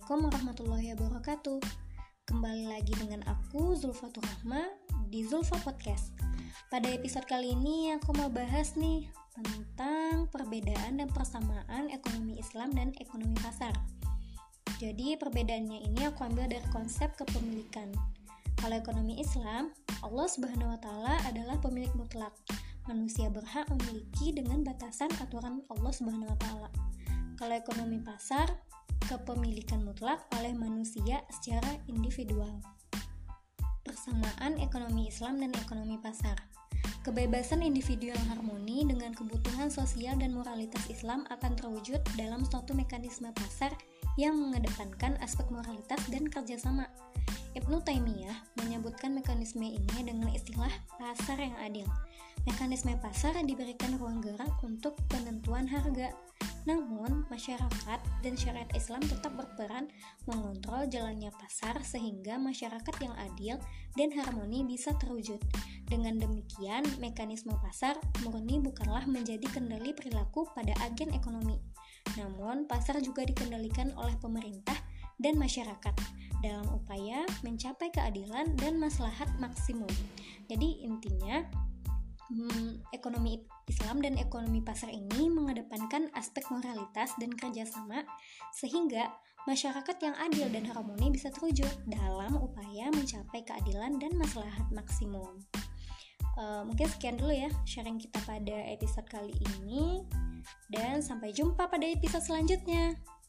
Assalamualaikum warahmatullahi wabarakatuh. Kembali lagi dengan aku Zulfatur Rahma di Zulfa Podcast. Pada episode kali ini aku mau bahas nih tentang perbedaan dan persamaan ekonomi Islam dan ekonomi pasar. Jadi perbedaannya ini aku ambil dari konsep kepemilikan. Kalau ekonomi Islam, Allah Subhanahu wa taala adalah pemilik mutlak. Manusia berhak memiliki dengan batasan aturan Allah Subhanahu wa taala. Kalau ekonomi pasar, kepemilikan mutlak oleh manusia secara individual. Persamaan ekonomi Islam dan ekonomi pasar. Kebebasan individu yang harmoni dengan kebutuhan sosial dan moralitas Islam akan terwujud dalam suatu mekanisme pasar yang mengedepankan aspek moralitas dan kerjasama. Ibnu Taimiyah menyebutkan mekanisme ini dengan istilah pasar yang adil. Mekanisme pasar diberikan ruang gerak untuk penentuan harga. Namun, masyarakat dan syariat Islam tetap berperan mengontrol jalannya pasar sehingga masyarakat yang adil dan harmoni bisa terwujud. Dengan demikian, mekanisme pasar murni bukanlah menjadi kendali perilaku pada agen ekonomi. Namun, pasar juga dikendalikan oleh pemerintah dan masyarakat dalam upaya mencapai keadilan dan maslahat maksimum. Jadi intinya, ekonomi Islam dan ekonomi pasar ini mengedepankan aspek moralitas dan kerjasama sehingga masyarakat yang adil dan harmoni bisa terwujud dalam upaya mencapai keadilan dan maslahat maksimum. Mungkin sekian dulu ya sharing kita pada episode kali ini, dan sampai jumpa pada episode selanjutnya.